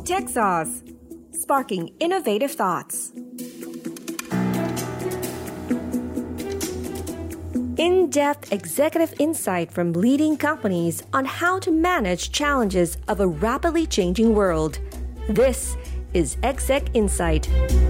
Tech Sauce, sparking innovative thoughts. In-depth executive insight from leading companies on how to manage challenges of a rapidly changing world. This is Exec Insight.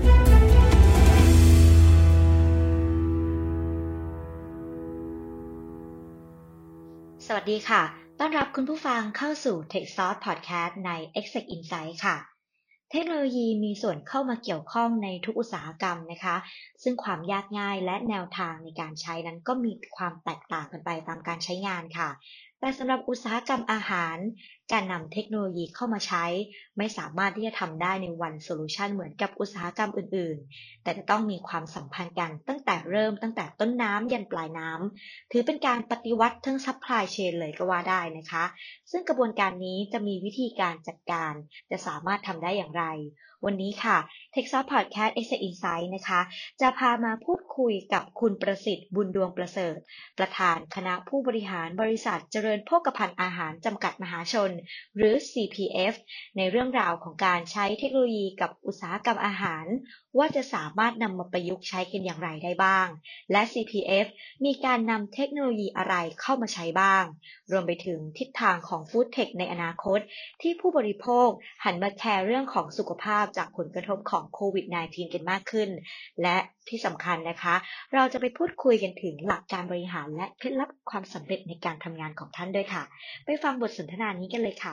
สวัสดีค่ะต้อนรับคุณผู้ฟังเข้าสู่ Tech Sauce Podcast ใน Exec Insight ค่ะเทคโนโลยีมีส่วนเข้ามาเกี่ยวข้องในทุกอุตสาหกรรมนะคะซึ่งความยากง่ายและแนวทางในการใช้นั้นก็มีความแตกต่างกันไปตามการใช้งานค่ะแต่สำหรับอุตสาหกรรมอาหารการนำเทคโนโลยีเข้ามาใช้ไม่สามารถที่จะทำได้ใน one solution เหมือนกับอุตสาหกรรมอื่นๆแต่จะต้องมีความสัมพันธ์กันตั้งแต่ต้นน้ำยันปลายน้ำถือเป็นการปฏิวัติทั้ง supply chain เลยก็ว่าได้นะคะซึ่งกระบวนการนี้จะมีวิธีการจัดการจะสามารถทำได้อย่างไรวันนี้ค่ะ Tech Sauce Podcast Exec Insight นะคะจะพามาพูดคุยกับคุณประสิทธิ์บุญดวงประเสริฐประธานคณะผู้บริหารบริษัทเจริญโภคภัณฑ์อาหารจำกัดมหาชนหรือ CPF ในเรื่องราวของการใช้เทคโนโลยีกับอุตสาหกรรมอาหารว่าจะสามารถนำมาประยุกต์ใช้กันอย่างไรได้บ้างและ CPF มีการนำเทคโนโลยีอะไรเข้ามาใช้บ้างรวมไปถึงทิศทางของ Food Tech ในอนาคตที่ผู้บริโภคหันมาแคร์เรื่องของสุขภาพจากผลกระทบของโควิด -19 กันมากขึ้นและที่สำคัญนะคะเราจะไปพูดคุยกันถึงหลักการบริหารและเคล็ดลับความสำเร็จในการทำงานของท่านด้วยค่ะไปฟังบทสนทนานี้กันเลยค่ะ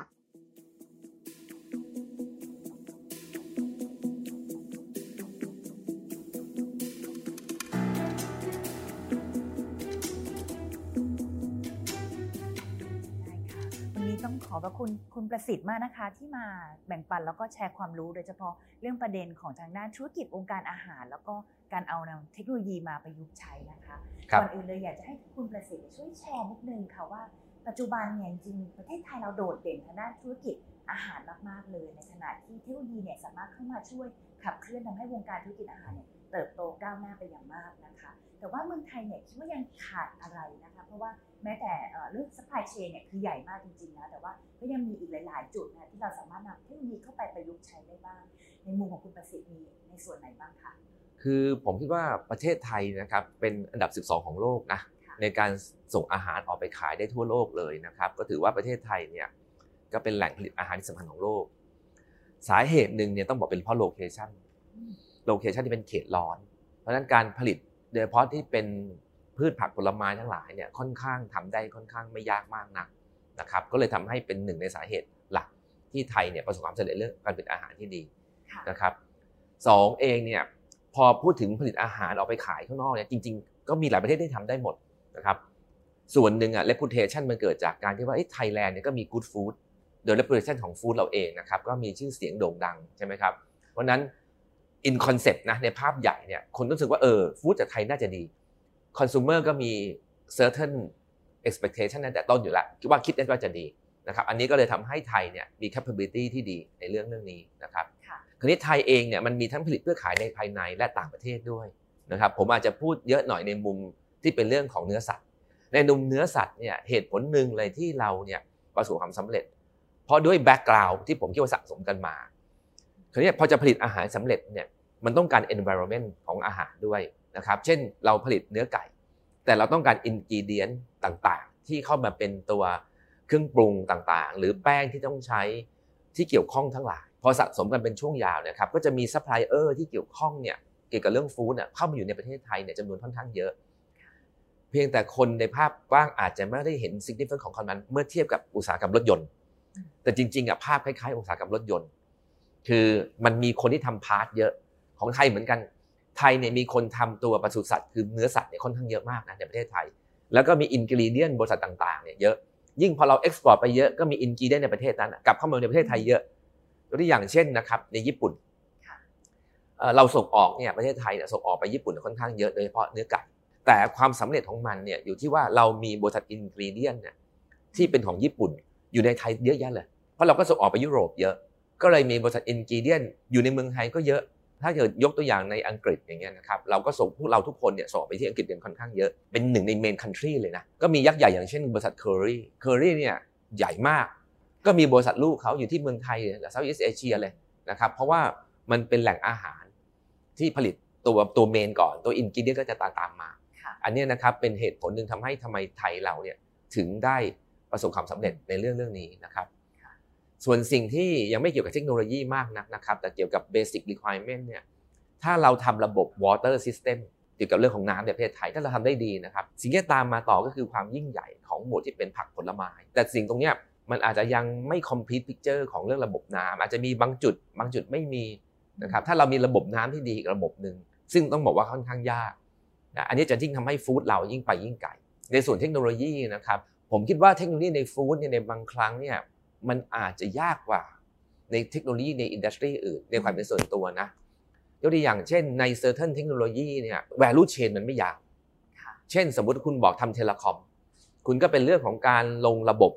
ต้องขอบพระคุณประสิทธิ์มากนะคะที่มาแบ่งปันแล้วก็แชร์ความรู้โดยเฉพาะเรื่องประเด็นของทางด้านธุรกิจองค์การอาหารแล้วก็การเอานำเทคโนโลยีมาประยุกต์ใช้นะคะก่อนอื่นเลยอยากจะให้คุณประสิทธิ์ช่วยแชร์นิดนึงค่ะว่าปัจจุบันเนี่ยจริงๆประเทศไทยเราโดดเด่นทางด้านธุรกิจอาหารมากๆเลยในขณะที่เทคโนโลยีเนี่ยสามารถเข้ามาช่วยขับเคลื่อนทำให้วงการธุรกิจอาหารเนี่ยเติบโตก้าวหน้าไปอย่างมากนะคะแต่ว่าเมืองไทยเนี่ยคิดว่ายังขาดอะไรนะคะเพราะว่าแม้แต่เรื่อง supply chain เนี่ยคือใหญ่มากจริงๆนะแต่ว่าก็ยังมีอีกหลายๆจุดนะที่เราสามารถนำเทคโนโลยีเข้าไปประยุกต์ใช้ได้บ้างในมุมของคุณประสิทธิ์มีในส่วนไหนบ้างคะคือผมคิดว่าประเทศไทยนะครับเป็นอันดับ12ของโลกนะในการส่งอาหารออกไปขายได้ทั่วโลกเลยนะครับก็ถือว่าประเทศไทยเนี่ยก็เป็นแหล่งผลิตอาหารที่สำคัญของโลกสาเหตุหนึ่งเนี่ยต้องบอกเป็นเพราะโลเคชั่นที่เป็นเขตร้อนเพราะฉะนั้นการผลิตโดยเฉพาะที่เป็นพืชผักผลไม้ทั้งหลายเนี่ยค่อนข้างทำได้ค่อนข้างไม่ยากมากนักนะครับก็เลยทำให้เป็นหนึ่งในสาเหตุหลักที่ไทยเนี่ยประสบความสำเร็จเรื่องการผลิตอาหารที่ดีนะครับสองเองเนี่ยพอพูดถึงผลิตอาหารออกไปขายข้างนอกเนี่ยจริงๆก็มีหลายประเทศที่ทำได้หมดนะครับส่วนหนึ่งreputation มันเกิดจากการที่ว่าไทยแลนด์เนี่ยก็มี good food โดย reputation ของ food เราเองนะครับก็มีชื่อเสียงโด่งดังใช่ไหมครับเพราะนั้น in concept นะในภาพใหญ่เนี่ยคนรู้สึกว่าฟู้ดจากไทยน่าจะดี consumer ก็มี certain expectation ตั้งแต่ต้นอยู่แล้วคิดว่าจะดีนะครับอันนี้ก็เลยทำให้ไทยเนี่ยมี capability ที่ดีในเรื่องนี้นะครับคราวนี้ไทยเองเนี่ยมันมีทั้งผลิตเพื่อขายในภายในและต่างประเทศด้วยนะครับผมอาจจะพูดเยอะหน่อยในมุมที่เป็นเรื่องของเนื้อสัตว์ในมุมเนื้อสัตว์เนี่ยเหตุผลหนึ่งเลยที่เราเนี่ยประสบความสำเร็จเพราะด้วย background ที่ผมคิดว่าสะสมกันมาคราวนี้พอจะผลิตอาหารสำเร็จเนี่ยมันต้องการ environment ของอาหารด้วยนะครับเช่นเราผลิตเนื้อไก่แต่เราต้องการ ingredient ต่างๆที่เข้ามาเป็นตัวเครื่องปรุงต่างๆหรือแป้งที่ต้องใช้ที่เกี่ยวข้องทั้งหลายพอสะสมกันเป็นช่วงยาวเนี่ยครับก็จะมีซัพพลายเออร์ที่เกี่ยวข้องเนี่ยเกี่ยวกับเรื่องฟู้ดเนี่ยเข้ามาอยู่ในประเทศไทยเนี่ยจำนวนค่อนข้างเยอะเพียงแต่คนในภาพกว้างอาจจะไม่ได้เห็น significance ของมันเมื่อเทียบกับอุตสาหกรรมรถยนต์แต่จริงๆภาพคล้ายๆอุตสาหกรรมรถยนต์คือมันมีคนที่ทำพาร์ทเยอะของไทยเหมือนกันไทยเนี่ยมีคนทำตัวปศุสัตว์คือเนื้อสัตว์เนี่ยค่อนข้างเยอะมากนะในประเทศไทยแล้วก็มีอินกรีเดียนบริษัทต่างๆเนี่ยเยอะยิ่งพอเราเอ็กซ์พอร์ตไปเยอะก็มีอินกรีเดียนในประเทศนั้นกลับเข้ามาในประเทศไทยเยอะตัวอย่างเช่นนะครับในญี่ปุ่นเราส่งออกเนี่ยประเทศไทยเนี่ยส่งออกไปญี่ปุ่นค่อนข้างเยอะโดยเฉพาะเนื้อไก่แต่ความสำเร็จของมันเนี่ยอยู่ที่ว่าเรามีบริษัทอินกรีเดียนเนี่ยที่เป็นของญี่ปุ่นอยู่ในไทยเยอะแยะเลยเพราะเราก็ส่งออกไปยุโรปเยอะก็เลยมีบริษัทอินกรีเดียนอยู่ในเมืองไทยก็เยอะถ้าเกิดยกตัวอย่างในอังกฤษอย่างเงี้ยนะครับเราก็ส่งพวกเราทุกคนเนี่ยส่งไปที่อังกฤษเป็นค่อนข้างเยอะเป็นหนึ่งในเมนคันทรีเลยนะก็มียักษ์ใหญ่อย่างเช่นบริษัทเคอรี่เนี่ยใหญ่มากก็มีบริษัทลูกเขาอยู่ที่เมืองไทยเซาท์อีสต์เอเชียเลยนะครับเพราะว่ามันเป็นแหล่งอาหารที่ผลิตตัวเมนก่อนตัวอินกิเดียนก็จะตามมาอันนี้นะครับเป็นเหตุผลหนึ่งทำไมไทยเราเนี่ยถึงได้ประสบความสำเร็จในเรื่องนี้นะครับส่วนสิ่งที่ยังไม่เกี่ยวกับเทคโนโลยีมากนักนะครับแต่เกี่ยวกับ basic requirement เนี่ยถ้าเราทำระบบ water system เกี่ยวกับเรื่องของน้ำในประเทศไทยถ้าเราทำได้ดีนะครับสิ่งที่ตามมาต่อก็คือความยิ่งใหญ่ของหมวดที่เป็นผักผลไม้แต่สิ่งตรงเนี้ยมันอาจจะยังไม่ complete picture ของเรื่องระบบน้ำอาจจะมีบางจุดไม่มีนะครับถ้าเรามีระบบน้ำที่ดีอีกระบบนึงซึ่งต้องบอกว่าค่อนข้างยากนะอันนี้จะยิ่งทำให้ฟู้ดเรายิ่งไปยิ่งไกลในส่วนเทคโนโลยีนะครับผมคิดว่าเทคโนโลยีในฟู้ดเนี่ยในบางครั้งเนี่ยมันอาจจะยากกว่าในเทคโนโลยีในอินดัสทรีอื่นในความเป็นส่วนตัวนะยกตัวอย่างเช่นใน certain เทคโนโลยีเนี่ย value chain มันไม่ยาวเช่นสมมุติคุณบอกทำเทเลคอมคุณก็เป็นเรื่องของการลงระบบ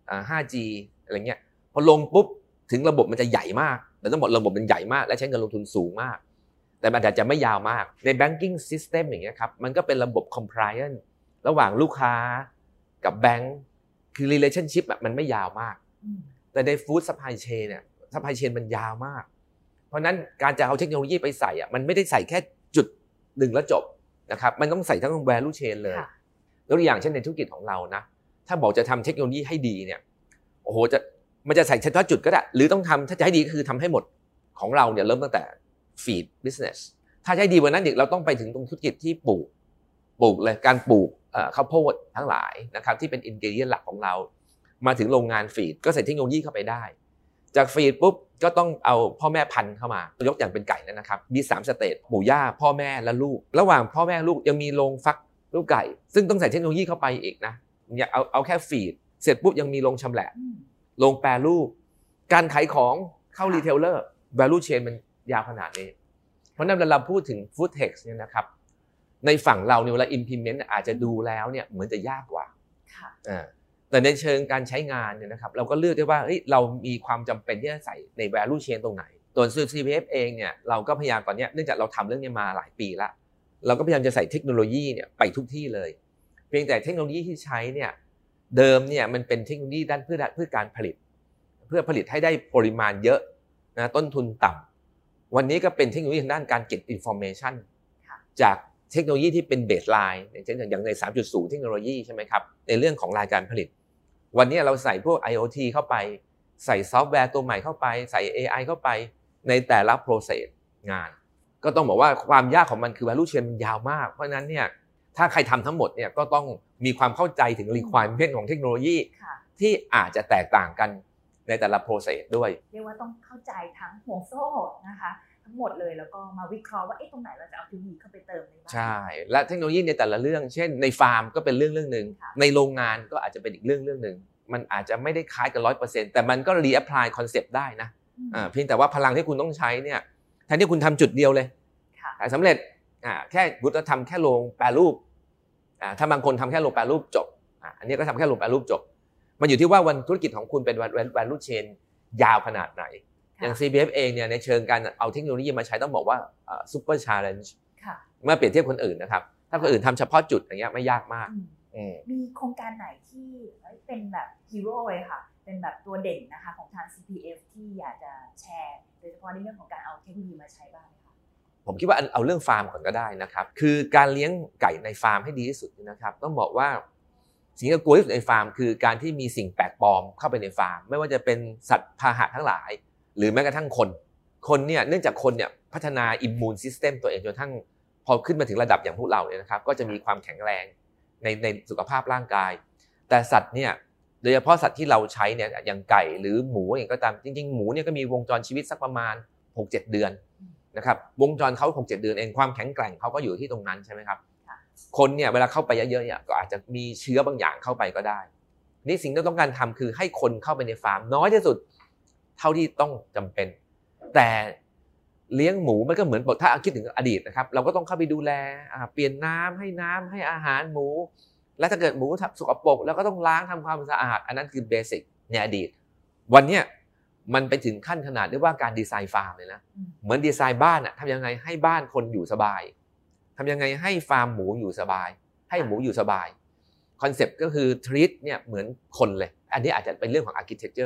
5G อะไรเงี้ยพอลงปุ๊บถึงระบบมันจะใหญ่มากแต่ต้องบอกระบบมันใหญ่มากและใช้เงินลงทุนสูงมากแต่มันอาจจะไม่ยาวมากใน banking system อย่างเงี้ยครับมันก็เป็นระบบ compliance ระหว่างลูกค้ากับแบงค์คือ relationship มันไม่ยาวมากแต่ใน food supply chain เนี่ย supply chain มันยาวมากเพราะนั้นการจะเอาเทคโนโลยีไปใส่มันไม่ได้ใส่แค่จุดหนึ่งแล้วจบนะครับมันต้องใส่ทั้ง value chain เลยยกตัวอย่างเช่นในธุรกิจของเรานะถ้าบอกจะทำเทคโนโลยีให้ดีเนี่ยโอ้โหมันจะใส่เฉพาะจุดก็ได้หรือต้องทำถ้าจะให้ดีก็คือทำให้หมดของเราเนี่ยเริ่มตั้งแต่ feed business ถ้าจะให้ดีกว่านั้นอีกเราต้องไปถึงตรงธุรกิจที่ปลูกเลยการปลูกข้าวโพดทั้งหลายนะครับที่เป็นอินกิเดียนหลักของเรามาถึงโรงงานฟีดก็ใส่เทคโนโลยีเข้าไปได้จากฟีดปุ๊บก็ต้องเอาพ่อแม่พันธุ์เข้ามายกอย่างเป็นไก่นะครับมี3สเตจปู่ย่าพ่อแม่และลูกระหว่างพ่อแม่ลูกยังมีโรงฟักลูกไก่ซึ่งต้องใส่เทคโนโลยีเข้าไปอีกนะอย่าเอาแค่ฟีดเสร็จปุ๊บยังมีโรงชำแหละโรงแปรรูปการขายของเข้ารีเทลเลอร์ value chain มันยาวขนาดนี้เพราะนั้นเวลาเราพูดถึง food tech เนี่ยนะครับในฝั่งเราเนี่ยเวลา implement อาจจะดูแล้วเนี่ยเหมือนจะยากกว่าแต่ในเชิงการใช้งานเนี่ยนะครับเราก็เลือกได้ว่าเรามีความจำเป็นที่จะใส่ใน value chain ตรงไหนตัว CPF เองเนี่ยเราก็พยายามตอนนี้เนื่องจากเราทำเรื่องนี้มาหลายปีละเราก็พยายามจะใส่เทคโนโลยีเนี่ยไปทุกที่เลยเพียงแต่เทคโนโลยีที่ใช้เนี่ยเดิมเนี่ยมันเป็นเทคโนโลยีด้านเพื่อการผลิตเพื่อผลิตให้ได้ปริมาณเยอะนะต้นทุนต่ำวันนี้ก็เป็นเทคโนโลยีทางด้านการเก็บ information จากเทคโนโลยีที่เป็นเบสไลน์อย่างเช่นอย่างใน 3.0 เทคโนโลยีใช่ไหมครับในเรื่องของรายการผลิตวันนี้เราใส่พวก IoT เข้าไปใส่ซอฟต์แวร์ตัวใหม่เข้าไปใส่ AI เข้าไปในแต่ละ process งานก็ต้องบอกว่าความยากของมันคือ value chain มันยาวมากเพราะฉะนั้นเนี่ยถ้าใครทำทั้งหมดเนี่ยก็ต้องมีความเข้าใจถึง requirement ของเทคโนโลยีที่อาจจะแตกต่างกันในแต่ละ process ด้วยเรียกว่าต้องเข้าใจทั้งห่วงโซ่นะคะทั้งหมดเลยแล้วก็มาวิเคราะห์ว่าตรงไหนเราจะเอาเทคโนโลยีเข้าไปเติมในบ้างใช่และเทคโนโลยีในแต่ละเรื่องเช่นในฟาร์มก็เป็นเรื่องนึงในโรงงานก็อาจจะเป็นอีกเรื่องนึงมันอาจจะไม่ได้คล้ายกัน 100% แต่มันก็ reapply concept ได้นะเพียงแต่ว่าพลังที่คุณต้องใช้เนี่ยแทนที่คุณทำจุดเดียวเลยสำเร็จแค่คุณจะทำแค่โรงแปรรูปถ้าบางคนทำแค่โรงแปรรูปจบอันนี้ก็ทำแค่โรงแปรรูปจบมันอยู่ที่ว่าวันธุรกิจของคุณเป็น value chain ยาวขนาดไหนอย่าง CPF เองเนี่ยในเชิงการเอาเทคโนโลยีมาใช้ต้องบอกว่า super challenge เมื่อเปรียบเทียบคนอื่นนะครับถ้าคนอื่นทำเฉพาะจุดอย่างเงี้ยไม่ยากมากมีโครงการไหนที่เป็นแบบฮีโร่เลยค่ะเป็นแบบตัวเด่นนะคะของทาง CPF ที่อยากจะแชร์โดยเฉพาะในเรื่องของการเอาเทคโนโลยีมาใช้บ้างไหมคะผมคิดว่าเอาเรื่องฟาร์มก่อนก็ได้นะครับคือการเลี้ยงไก่ในฟาร์มให้ดีที่สุดนะครับต้องบอกว่าสิ่งที่กลัวที่สุดในฟาร์มคือการที่มีสิ่งแปลกปลอมเข้าไปในฟาร์มไม่ว่าจะเป็นสัตว์พาหะทั้งหลายหรือแม้กระทั่งคนเนี่ยเนื่องจากคนเนี่ยพัฒนาอิมมูนซิสเต็มตัวเองจนทั้งพอขึ้นมาถึงระดับอย่างพวกเราเนี่ยนะครับก็จะมีความแข็งแรงในสุขภาพร่างกายแต่สัตว์เนี่ยโดยเฉพาะสัตว์ที่เราใช้เนี่ยอย่างไก่หรือหมูเองก็ตามจริงๆหมูเนี่ยก็มีวงจรชีวิตสักประมาณ 6-7 เดือนนะครับวงจรเขา 6-7 เดือนเองความแข็งแกร่งเขาก็อยู่ที่ตรงนั้นใช่ไหมครับคนเนี่ยเวลาเข้าไปเยอะๆเนี่ยก็อาจจะมีเชื้อบางอย่างเข้าไปก็ได้นี่สิ่งที่ต้องการทำคือให้คนเข้าไปในฟาร์มน้อยที่สุดเท่าที่ต้องจำเป็นแต่เลี้ยงหมูมันก็เหมือนถ้าคิดถึงอดีตนะครับเราก็ต้องเข้าไปดูแลเปลี่ยนน้ำให้อาหารหมูและถ้าเกิดหมูสกปรกแล้วก็ต้องล้างทำความสะอาดอันนั้นคือเบสิกในอดีตวันนี้มันไปถึงขั้นขนาดเรียกว่าการดีไซน์ฟาร์มเลยนะเหมือนดีไซน์บ้านทำยังไงให้บ้านคนอยู่สบายทำยังไงให้ฟาร์มหมูอยู่สบายให้หมูอยู่สบายคอนเซ็ปต์ก็คือทรีตเนี่ยเหมือนคนเลยอันนี้อาจจะเป็นเรื่องของอาร์คิเทคเจอร์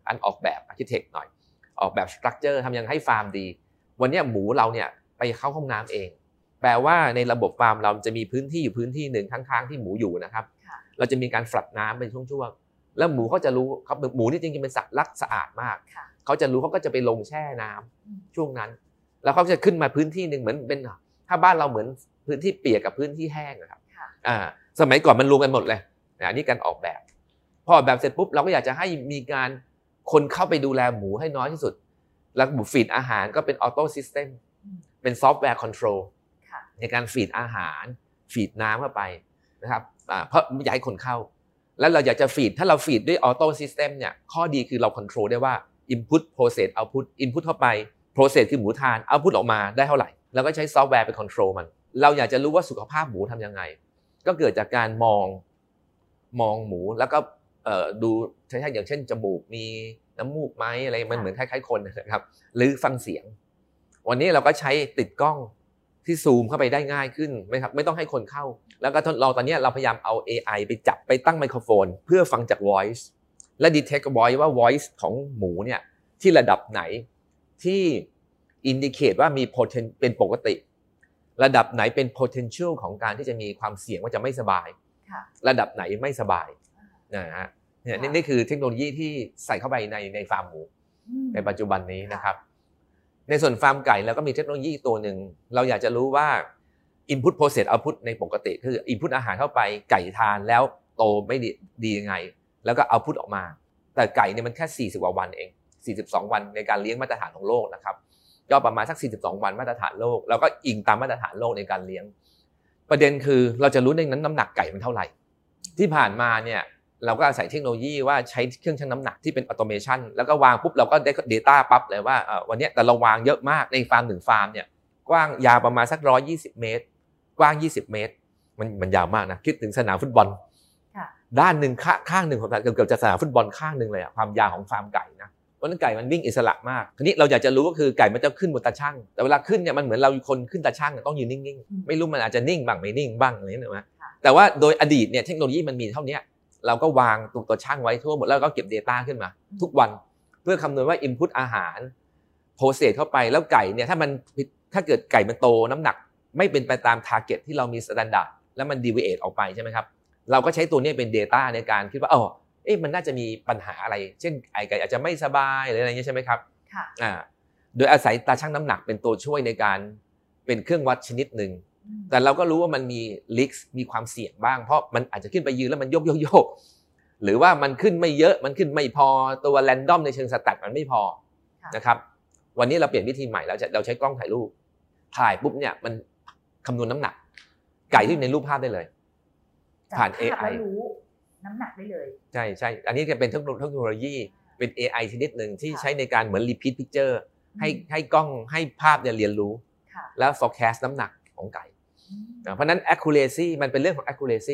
การออกแบบอาร์คิเทคหน่อยออกแบบสตรัคเจอร์ทำยังไงให้ฟาร์มดีวันนี้หมูเราเนี่ยไปเข้าห้องน้ำเองแปลว่าในระบบฟาร์มเราจะมีพื้นที่อยู่พื้นที่หนึ่งข้างๆที่หมูอยู่นะครับเราจะมีการฝัดน้ำเป็นช่วงๆแล้วหมูเขาจะรู้ครับหมูนี่จริงๆเป็นสัตว์รักสะอาดมากเขาจะรู้เขาก็จะไปลงแช่น้ำช่วงนั้นแล้วเขาจะขึ้นมาพื้นที่หนึ่งเหมือนเป็นถ้าบ้านเราเหมือนพื้นที่เปียกกับพื้นที่แห้งนะครับสมัยก่อนมันรวมกันหมดเลยอันนี้การออกแบบพอออกแบบเสร็จปุ๊บเราก็อยากจะให้มีการคนเข้าไปดูแลหมูให้น้อยที่สุดแล้วหมูฟีดอาหารก็เป็นออโต้ซิสเต็มเป็นซอฟต์แวร์คอนโทรลในการฟีดอาหารฟีดน้ำเข้าไปนะครับเพราะอยากให้คนเข้าแล้วเราอยากจะฟีดถ้าเราฟีดด้วยออโต้ซิสเต็มเนี่ยข้อดีคือเราคอนโทรลได้ว่า input process output input เข้าไป process คือหมูทาน output ออกมาได้เท่าไหร่แล้วก็ใช้ซอฟต์แวร์ไปคอนโทรลมันเราอยากจะรู้ว่าสุขภาพหมูทำยังไงก็เกิดจากการมองหมูแล้วก็ดูใช้อย่างเช่นจมูกมีน้ำมูกไหมอะไรมันเหมือนคล้ายๆคนนะครับหรือฟังเสียงวันนี้เราก็ใช้ติดกล้องที่ซูมเข้าไปได้ง่ายขึ้นไหมครับไม่ต้องให้คนเข้าแล้วก็เราตอนนี้เราพยายามเอา AI ไปจับไปตั้งไมโครโฟนเพื่อฟังจาก voice และ detect voice ว่า voice ของหมูเนี่ยที่ระดับไหนที่ indicate ว่ามี potential เป็นปกติระดับไหนเป็น potential ของการที่จะมีความเสี่ยงว่าจะไม่สบายระดับไหนไม่สบายนะฮะนี่คือเทคโนโลยีที่ใส่เข้าไปในฟาร์มหมูในปัจจุบันนี้นะครับในส่วนฟาร์มไก่เราก็มีเทคโนโลยีตัวหนึ่งเราอยากจะรู้ว่า input process output ในปกติคือ input อาหารเข้าไปไก่ทานแล้วโตไม่ดียังไงแล้วก็ output ออกมาแต่ไก่เนี่ยมันแค่40กว่าวันเอง42วันในการเลี้ยงมาตรฐานของโลกนะครับก็ประมาณสัก42วันมาตรฐานโลกแล้วก็อิงตามมาตรฐานโลกในการเลี้ยงประเด็นคือเราจะรู้ในนั้นน้ำหนักไก่มันเท่าไหร่ที่ผ่านมาเนี่ยเราก็อาศัยเทคโนโลยีว่าใช้เครื่องชั่งน้ำหนักที่เป็นออโตเมชันแล้วก็วางปุ๊บเราก็ได้ data ปั๊บเลยว่าวันนี้แต่เราวางเยอะมากในฟาร์ม1ฟาร์มเนี่ยกว้างยาวประมาณสัก120เมตรกว้าง20เมตรมันยาวมากนะคิดถึงสนามฟุตบอลด้านหนึ่งข้างหนึ่งของเกือบจะสนามฟุตบอลข้างหนึ่งเลยความยาวของฟาร์มไก่นะเพราะนั้นไก่มันวิ่งอิสระมากทีนี้เราอยากจะรู้ก็คือไก่มันจะขึ้นบนตาชั่งแต่เวลาขึ้นเนี่ยมันเหมือนเราคนขึ้นตาชั่งต้องยืนนิ่งๆไม่รู้มันอาจจะนิ่งบ้างไม่นิ่งบ้างอะไรนะแต่ว่าโดยอดีตเนี่ยเทคโนโลยีมันมีเท่านี้เราก็วางตัวช่างไว้ทั่วหมดแล้วก็เก็บ data ขึ้นมาทุกวันเพื่อคำนวณว่า input อาหาร process เข้าไปแล้วไก่เนี่ยถ้าเกิดไก่มันโตน้ำหนักไม่เป็นไปตาม target ที่เรามี standard แล้วมัน deviate ออกไปใช่ไหมครับเราก็ใช้ตัวนี้เป็น data ในการคิดว่ามันน่าจะมีปัญหาอะไรเช่นไก่อาจจะไม่สบายหรืออะไรอย่างนี้ใช่ไหมครับโดยอาศัยตาชั่งน้ำหนักเป็นตัวช่วยในการเป็นเครื่องวัดชนิดหนึ่งแต่เราก็รู้ว่ามันมีลิกมีความเสี่ยงบ้างเพราะมันอาจจะขึ้นไปยืนแล้วมันโยกหรือว่ามันขึ้นไม่เยอะมันขึ้นไม่พอตัวแรนดอมในเชิงสแตทมันไม่พอนะครับวันนี้เราเปลี่ยนวิธีใหม่แล้วเราใช้กล้องถ่ายรูปถ่ายปุ๊บเนี่ยมันคำนวณน้ำหนักไก่ที่ในรูปภาพได้เลยผ่าน AI รู้น้ำหนักได้เลยใช่อันนี้จะเป็นเทคโนโลยีเป็น AI ชนิดหนึ่งที่ใช้ในการเหมือน repeat picture ให้กล้องให้ภาพเนี่ยเรียนรู้แล้ว forecast น้ำหนักของไก่เพราะนั้น accuracy มันเป็นเรื่องของ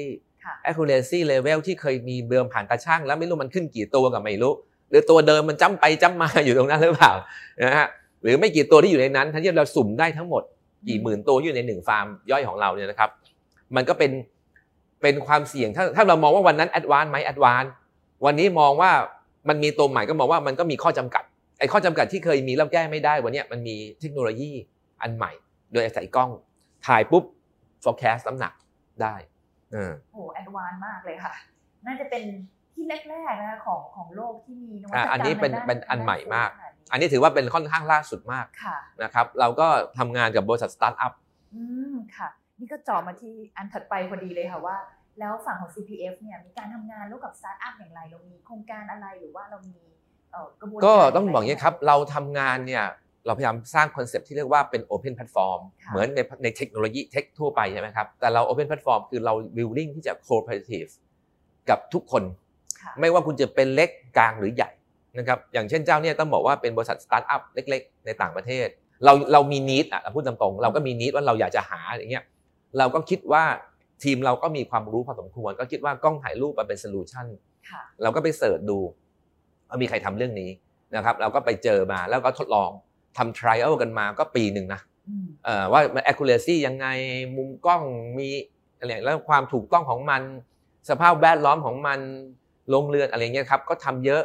accuracy level ที่เคยมีเดิมผ่านตาช่างแล้วไม่รู้มันขึ้นกี่ตัวกับไม่รู้หรือตัวเดิมมันจ้ำไปจ้ำมาอยู่ตรงนั้นหรือเปล่านะฮะหรือไม่กี่ตัวที่อยู่ในนั้นทั้งที่เราสุ่มได้ทั้งหมดกี่หมื่นตัวอยู่ใน1ฟาร์มย่อยของเราเนี่ยนะครับมันก็เป็นความเสี่ยงถ้าเรามองว่าวันนั้น advance ไหม advance วันนี้มองว่ามันมีตัวใหม่ก็มองว่ามันก็มีข้อจำกัดไอ้ข้อจำกัดที่เคยมีแล้วแก้ไม่ได้วันนี้มันมีเทคโนโลยีอันใหม่โดยอาศัยกล้องถ่ายปุ๊บ forecast น้ำหนักได้แอดวานซ์มากเลยค่ะน่าจะเป็นที่แรกๆนะคะของโลกที่มีนวัตกรรมอันนี้เป็นอันใหม่มากอันนี้ถือว่าเป็นค่อนข้างล่าสุดมากนะครับเราก็ทำงานกับบริษัทสตาร์ทอัพค่ะนี่ก็จ่อมาที่อันถัดไปพอดีเลยค่ะว่าแล้วฝั่งของ CPF เนี่ยมีการทำงานร่วมกับสตาร์ทอัพอย่างไรเรามีโครงการอะไรหรือว่าเรามีกระบวนการก็ต้องบอกอย่างนี้ครับเราทำงานเนี่ยเราพยายามสร้างคอนเซ็ปต์ที่เรียกว่าเป็น Open Platform เหมือนในเทคโนโลยีเทคทั่วไปใช่ไหมครับแต่เรา Open Platform คือเรา willing ที่จะ cooperative กับทุกคนไม่ว่าคุณจะเป็นเล็กกลางหรือใหญ่นะครับอย่างเช่นเจ้าเนี่ยต้องบอกว่าเป็นบริษัทสตาร์ทอัพเล็กๆในต่างประเทศเรามี need พูดตรงๆเราก็มี need ว่าเราอยากจะหาอย่างเงี้ยเราก็คิดว่าทีมเราก็มีความรู้พอสมควรก็คิดว่ากล้องถ่ายรูปมาเป็นโซลูชันเราก็ไปเสิร์ชดูว่ามีใครทำเรื่องนี้นะครับเราก็ไปเจอมาแล้วก็ทดลองทำ trial กันมาก็ปีหนึ่งนะว่ามัน accuracy ยังไงมุมกล้องมีอะไรแล้วความถูกต้องของมันสภาพแวดล้อมของมันโรงเรือนอะไรเงี้ยครับก็ทำเยอะ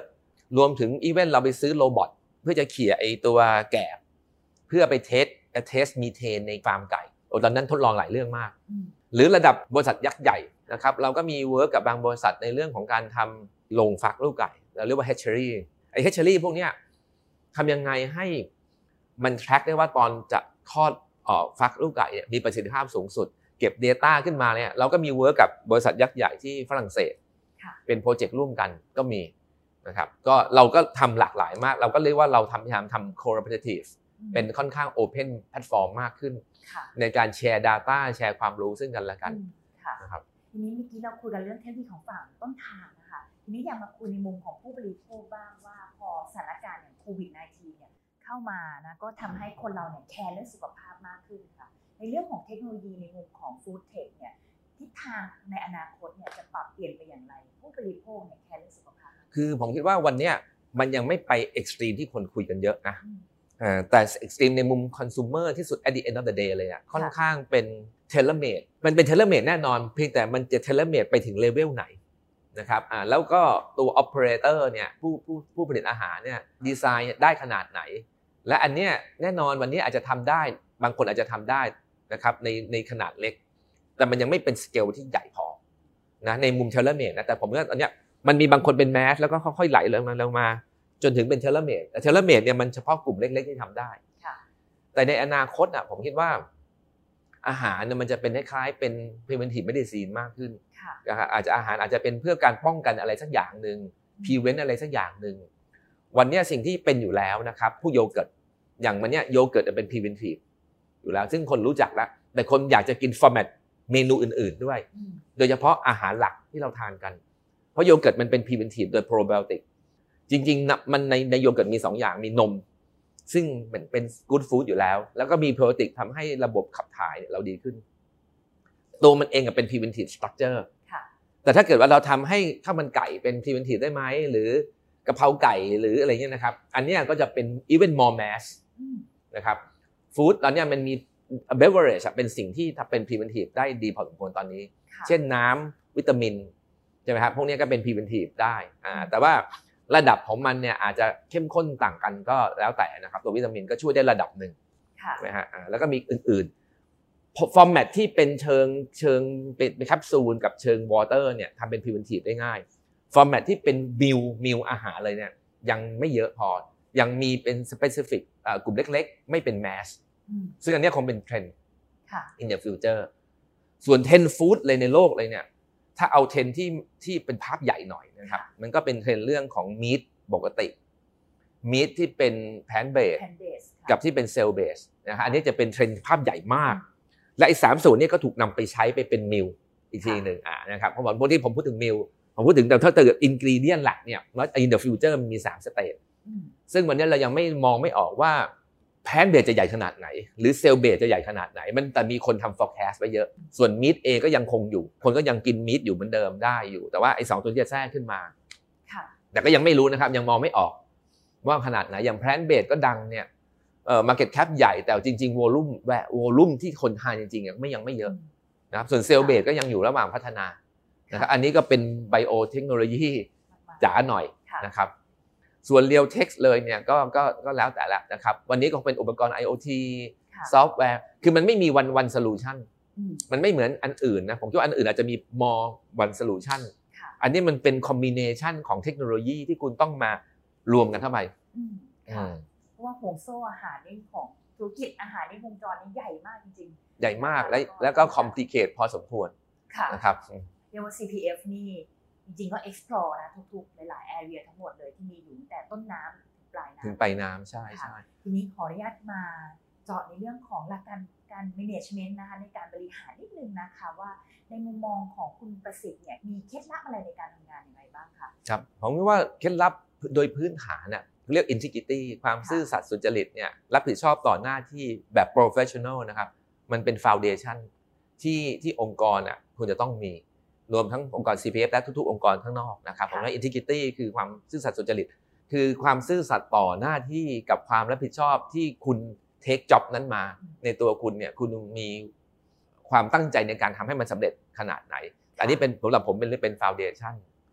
รวมถึงอีเวนต์เราไปซื้อโรบอทเพื่อจะเขี่ยไอตัวแกบเพื่อไปเทสมีเทนในฟาร์มไก่ตอนนั้นทดลองหลายเรื่องมากหรือระดับบริษัทยักษ์ใหญ่นะครับเราก็มีเวิร์กกับบางบริษัทในเรื่องของการทำโรงฟักลูกไก่เราเรียกว่า hatchery ไอ้ hatchery พวกเนี้ยทำยังไงให้มัน track ได้ว่าตอนจะคลอดฟักลูกไก่เนี่ยมีประสิทธิภาพสูงสุดเก็บ data ขึ้นมาเนี่ยเราก็มีเวิร์กกับบริษัทยักษ์ใหญ่ที่ฝรั่งเศสเป็นโปรเจกต์ร่วมกันก็มีนะครับก็เราก็ทำหลากหลายมากเราก็เรียกว่าเราพยายามทำ collaborative เป็นค่อนข้าง open platform มากขึ้นในการแชร์ data แชร์ความรู้ซึ่งกันและกันนะครับทีนี้เมื่อกี้เราคุยกันเรื่องเทคโนโลยีของฝั่งต้นทางนะคะทีนี้อยากมาคุยในมุมของผู้บริโภคบ้างว่าพอสถานการณ์อย่างโควิด -19 เนี่ยเข้ามานะก็ทำให้คนเราเนี่ยแคร์เรื่องสุขภาพมากขึ้นค่ะในเรื่องของเทคโนโลยีในมุมของฟู้ดเทคเนี่ยทิศทางในอนาคตเนี่ยจะปรับเปลี่ยนไปอย่างไรผู้บริโภคเนี่ยแคร์เรื่องสุขภาพคือผมคิดว่าวันนี้มันยังไม่ไปเอ็กซ์ตรีมที่คนคุยกันเยอะนะแต่เอ็กซ์ตรีมในมุมคอน sumer ที่สุด at the end of the day เลยอ่ะค่อนข้างเป็น tailor made มันเป็น tailor made แน่นอนเพียงแต่มันจะ tailor made ไปถึงเลเวลไหนนะครับแล้วก็ตัว operator เนี่ยผู้ผลิตอาหารเนี่ยดีไซน์ได้ขนาดไหนและอันเนี้ยแน่นอนวันนี้อาจจะทำได้บางคนอาจจะทำได้นะครับในขนาดเล็กแต่มันยังไม่เป็นสเกลที่ใหญ่พอนะในมุม tailor made นะแต่ผมว่าอันเนี้ยมันมีบางคนเป็นแมสแล้วก็ค่อยๆไหลลงมาจนถึงเป็น tailor made แต่ tailor made เนี่ยมันเฉพาะกลุ่มเล็กๆที่ทำได้แต่ในอนาคตอ่ะผมคิดว่าอาหารเนี่ยมันจะเป็นคล้ายๆเป็น preventive medicine มากขึ้นอาจจะอาหารอาจจะเป็นเพื่อการป้องกันอะไรสักอย่างนึง prevent อะไรสักอย่างนึงวันนี้สิ่งที่เป็นอยู่แล้วนะครับผู้โยเกิร์ตอย่างมันเนี่ยโยเกิร์ตเป็น preventive อยู่แล้วซึ่งคนรู้จักแล้วแต่คนอยากจะกิน format เมนูอื่นๆด้วยโดยเฉพาะอาหารหลักที่เราทานกันเพราะโยเกิร์ตมันเป็น preventive โดย probiotic จริงๆมันในโยเกิร์ตมี2อย่างมีนมซึ่งเป็น good food อยู่แล้วก็มี probiotic ทำให้ระบบขับถ่ายเราดีขึ้นตัวมันเองเป็น preventive structure แต่ถ้าเกิดว่าเราทำให้ข้าวมันไก่เป็น preventive ได้ไหมหรือกะเพราไก่หรืออะไรเงี้ยนะครับอันนี้ก็จะเป็น even more mass นะครับ food ตอนนี้มันมี beverage เป็นสิ่งที่ทำเป็น preventive ได้ดีพอสมควรตอนนี้เช่นน้ำวิตามินใช่ไหมครับพวกนี้ก็เป็น preventive ได้แต่ว่าระดับของมันเนี่ยอาจจะเข้มข้นต่างกันก็แล้วแต่นะครับตัววิตามินก็ช่วยได้ระดับหนึ่งนะฮะแล้วก็มีอื่นๆฟอร์แมตที่เป็นเชิงเป็นแคปซูลกับเชิงวอเตอร์เนี่ยทำเป็น preventive ได้ง่ายฟอร์แมตที่เป็นมิลอาหารเลยเนี่ยยังไม่เยอะพอยังมีเป็น specific กลุ่มเล็กๆไม่เป็น mass ซึ่งอันนี้คงเป็นเทรนด์ in the future ส่วนเทรนด์ฟู้ดเลยในโลกเลยเนี่ยถ้าเอาเทรนด์ที่เป็นภาพใหญ่หน่อยนะครับมันก็เป็นเทรนด์เรื่องของมีทปกติมีทที่เป็นแพลนท์เบสกับที่เป็นเซลล์เบสนะฮะอันนี้จะเป็นเทรนด์ภาพใหญ่มากและไอ้3สูตรนี้ก็ถูกนำไปใช้ไปเป็นมิลอีกทีนึงนะครับเพราะว่าพวกที่ผมพูดถึงมิลผมพูดถึงแต่ถ้าเกิดอินกรีเดียนหลักเนี่ยแล้ว in the future มันมี3สเตจซึ่งวันนี้เรายังมองไม่ออกว่าแพลนท์เบสจะใหญ่ขนาดไหนหรือเซลล์เบสจะใหญ่ขนาดไหนมันแต่มีคนทำ forecast ไว้เยอะส่วนมีท A ก็ยังคงอยู่คนก็ยังกินมีทอยู่เหมือนเดิมได้อยู่แต่ว่าไอ้2ตัวที่จะแทรกขึ้นมาแต่ก็ยังไม่รู้นะครับยังมองไม่ออกว่าขนาดไหนอย่างแพลนท์เบสก็ดังเนี่ยmarket cap ใหญ่แต่จริงๆ volume ที่คนทานจริงๆยังไม่เยอะนะครับส่วนเซลล์เบสก็ยังอยู่ระหว่างพัฒนานะครับอันนี้ก็เป็นไบโอเทคโนโลยีจ๋าหน่อยนะครับส่วน Real Text เลยเนี่ยก็แล้วแต่ละนะครับวันนี้ก็เป็นอุปกรณ์ IoT ซอฟต์แวร์คือมันไม่มีone solution มันไม่เหมือนอันอื่นนะผมคิดว่าอันอื่นอาจจะมี more one solution อันนี้มันเป็น combination ของเทคโนโลยีที่คุณต้องมารวมกันเข้าไปเพราะว่าห่วงโซ่อาหารในของธุรกิจอาหารในวงจรนี้ใหญ่มากจริงๆใหญ่มากแล้วก็ complicate พอสมควรนะครับเรียกว่า CPF นี่จริงๆก็ explore นะทุกๆหลายๆ area ทั้งหมดเลยที่มีอยู่แต่ต้นน้ำถึงปลายน้ำใช่ทีนี้ขออนุญาตมาเจาะในเรื่องของหลักการ management นะคะในการบริหารนิดนึงนะคะว่าในมุมมองของคุณประสิทธิ์เนี่ยมีเคล็ดลับอะไรในการทำงานอย่างไรบ้างคะครับผมคิดว่าเคล็ดลับโดยพื้นฐานน่ะเรียก integrity ความซื่อสัตย์สุจริตเนี่ยรับผิดชอบต่อหน้าที่แบบ professional นะครับมันเป็น foundation ที่องค์กรควรจะต้องมีรวมทั้งองค์กร CPF และทุกๆองค์กรข้างนอกนะครับผมว่า integrity คือความซื่อสัตย์สุจริตคือความซื่อสัตย์ต่อหน้าที่กับความรับผิดชอบที่คุณ take job นั้นมาในตัวคุณเนี่ยคุณมีความตั้งใจในการทำให้มันสำเร็จขนาดไหนอันนี้เป็นสำหรับผมเป็นfoundation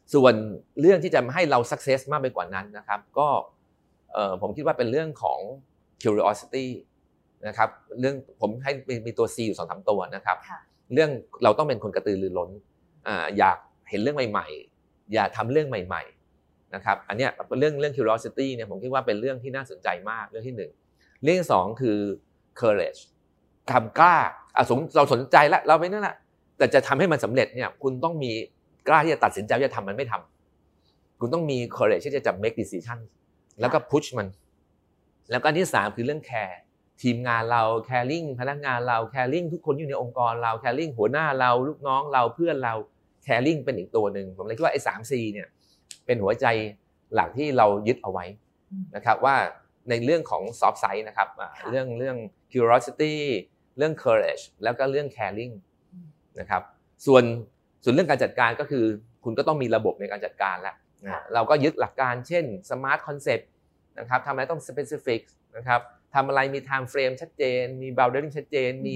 ส่วนเรื่องที่จะให้เรา success มากไปกว่านั้นนะครับก็ผมคิดว่าเป็นเรื่องของ curiosity นะครับเรื่องผมให้มีตัว C อยู่ 2-3 ตัวนะครับเรื่องเราต้องเป็นคนกระตือรือร้นอยากเห็นเรื่องใหม่ๆอยากทำเรื่องใหม่ๆนะครับอันเนี้ยเรื่อง curiosity เนี่ยผมคิดว่าเป็นเรื่องที่น่าสนใจมากเรื่องที่1เรื่องที่2คือ courage ความกล้าเราสนใจแล้วเราไปนั่นแหละแต่จะทำให้มันสำเร็จเนี่ยคุณต้องมีกล้าที่จะตัดสินใจว่าจะทำมันไม่ทำคุณต้องมี courage ที่จะ make decision แล้วก็ push มันแล้วก็อันที่3คือเรื่อง care ทีมงานเรา caring พนักงานเรา caring ทุกคนอยู่ในองค์กรเรา caring หัวหน้าเราลูกน้องเราเพื่อนเรา caring เป็นอีกตัวหนึ่งผมเลยคิดว่าไอ้ 3C เนี่ยเป็นหัวใจหลักที่เรายึดเอาไว้นะครับว่าในเรื่องของ soft side นะครับเรื่อง curiosity เรื่อง courage แล้วก็เรื่อง caring นะครับส่วนเรื่องการจัดการก็คือคุณก็ต้องมีระบบในการจัดการแล้วเราก็ยึดหลักการเช่น smart concept นะครับทำอะไรต้อง specific นะครับทำอะไรมี time frame ชัดเจนมี boundary ชัดเจนมี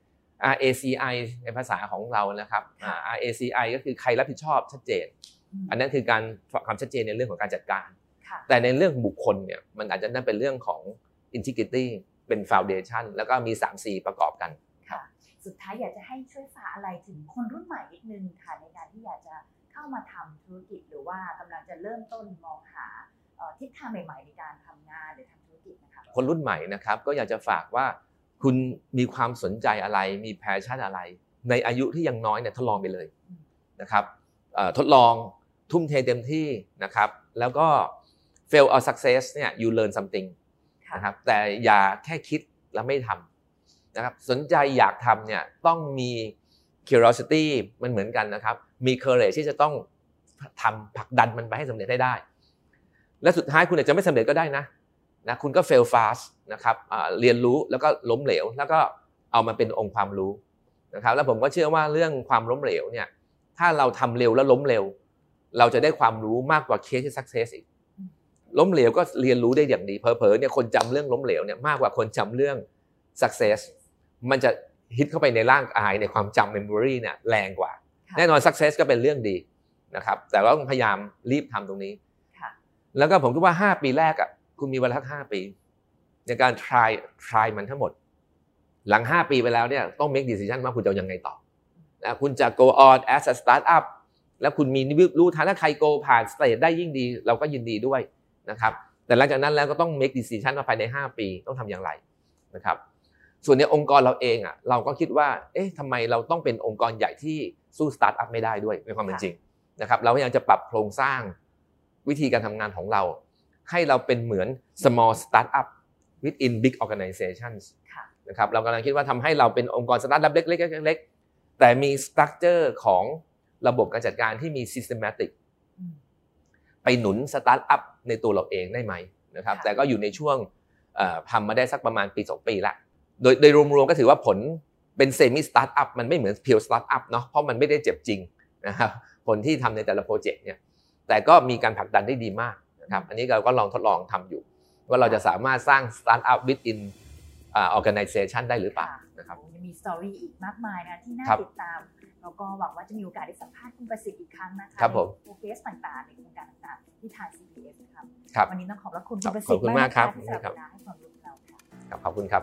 RACI ในภาษาของเรานะครับRACI ก็คือใครรับผิดชอบชัดเจนอันนั้นคือการความชัดเจนในเรื่องของการจัดการแต่ในเรื่องบุคคลเนี่ยมันอาจจะนั่นเป็นเรื่องของ integrity เป็น foundation แล้วก็มี 3C ประกอบกันสุดท้ายอยากจะให้ช่วยฝากอะไรถึงคนรุ่นใหม่นิดนึงค่ะในการที่อยากจะเข้ามาทำธุรกิจหรือว่ากำลังจะเริ่มต้นมองหาทิศทางใหม่ๆในการทำงานหรือทำธุรกิจนะคะคนรุ่นใหม่นะครับก็อยากจะฝากว่าคุณมีความสนใจอะไรมีแพชชั่นอะไรในอายุที่ยังน้อยเนี่ยทดลองไปเลยนะครับทดลองทุ่มเทเต็มที่นะครับแล้วก็ fail or success เนี่ย you learn something นะครับแต่อย่าแค่คิดแล้วไม่ทำนะครับสนใจอยากทำเนี่ยต้องมี curiosity มันเหมือนกันนะครับมี courage ที่จะต้องทำผลักดันมันไปให้สำเร็จได้และสุดท้ายคุณอาจจะไม่สำเร็จก็ได้นะคุณก็ fail fast นะครับเรียนรู้แล้วก็ล้มเหลวแล้วก็เอามาเป็นองค์ความรู้นะครับแล้วผมก็เชื่อว่าเรื่องความล้มเหลวเนี่ยถ้าเราทำเร็วแล้วล้มเร็วเราจะได้ความรู้มากกว่า case success อีกล้มเหลวก็เรียนรู้ได้อย่างดีเผลอๆเนี่ยคนจำเรื่องล้มเหลวเนี่ยมากกว่าคนจำเรื่อง success มันจะฮิตเข้าไปในร่างกายในความจำ memory เนี่ยแรงกว่าแน่นอน success ก็เป็นเรื่องดีนะครับแต่เราต้องพยายามรีบทำตรงนี้แล้วก็ผมคิดว่า5ปีแรกอ่ะคุณมีเวลา5ปีในการ try มันทั้งหมดหลัง5ปีไปแล้วเนี่ยต้อง make decision ว่าคุณจะยังไงต่อนะคุณจะ go on as a startup แล้วคุณมีรู้ทันถ้าใคร go ผ่าน stage ได้ยิ่งดีเราก็ยินดีด้วยนะครับแต่หลังจากนั้นแล้วก็ต้อง make decision ว่าภายใน5ปีต้องทำอย่างไรนะครับส่วนในองค์กรเราเองอ่ะเราก็คิดว่าทำไมเราต้องเป็นองค์กรใหญ่ที่สู้สตาร์ทอัพไม่ได้ด้วยในความเป็นจริงนะครับเราพยายามจะปรับโครงสร้างวิธีการทำงานของเราให้เราเป็นเหมือน small startup within big organizations นะครับเรากำลังคิดว่าทำให้เราเป็นองค์กรสตาร์ทอัพเล็กๆๆแต่มี structure ของระบบการจัดการที่มี systematic ไปหนุนสตาร์ทอัพในตัวเราเองได้ไหมนะครับแต่ก็อยู่ในช่วงทำมาได้สักประมาณปี2ปีละโดยรวมๆก็ถือว่าผลเป็นเซมิสตาร์ทอัพมันไม่เหมือนเพียวสตาร์ทอัพเนาะเพราะมันไม่ได้เจ็บจริงนะครับผลที่ทำในแต่ละโปรเจกต์เนี่ยแต่ก็มีการผลักดันได้ดีมากนะครับอันนี้เราก็ลองทดลองทำอยู่ว่าเราจะสามารถสร้างสตาร์ทอัพ within organization ได้หรือเปล่านะครับมีสตอรี่อีกมากมายนะที่น่าติดตามแล้วก็หวังว่าจะมีโอกาสได้สัมภาษณ์คุณประสิทธิ์อีกครั้งนะคะในโปรเกรสต่างๆในโครงการต่างๆที่ทาง CPF นะครับวันนี้ต้องขอบคุณคุณประสิทธิ์มากครับที่ให้ความรู้เราค่ะขอบคุณครับ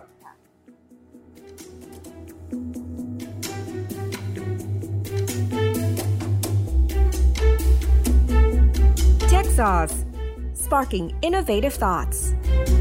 Tech Sauce, sparking innovative thoughts.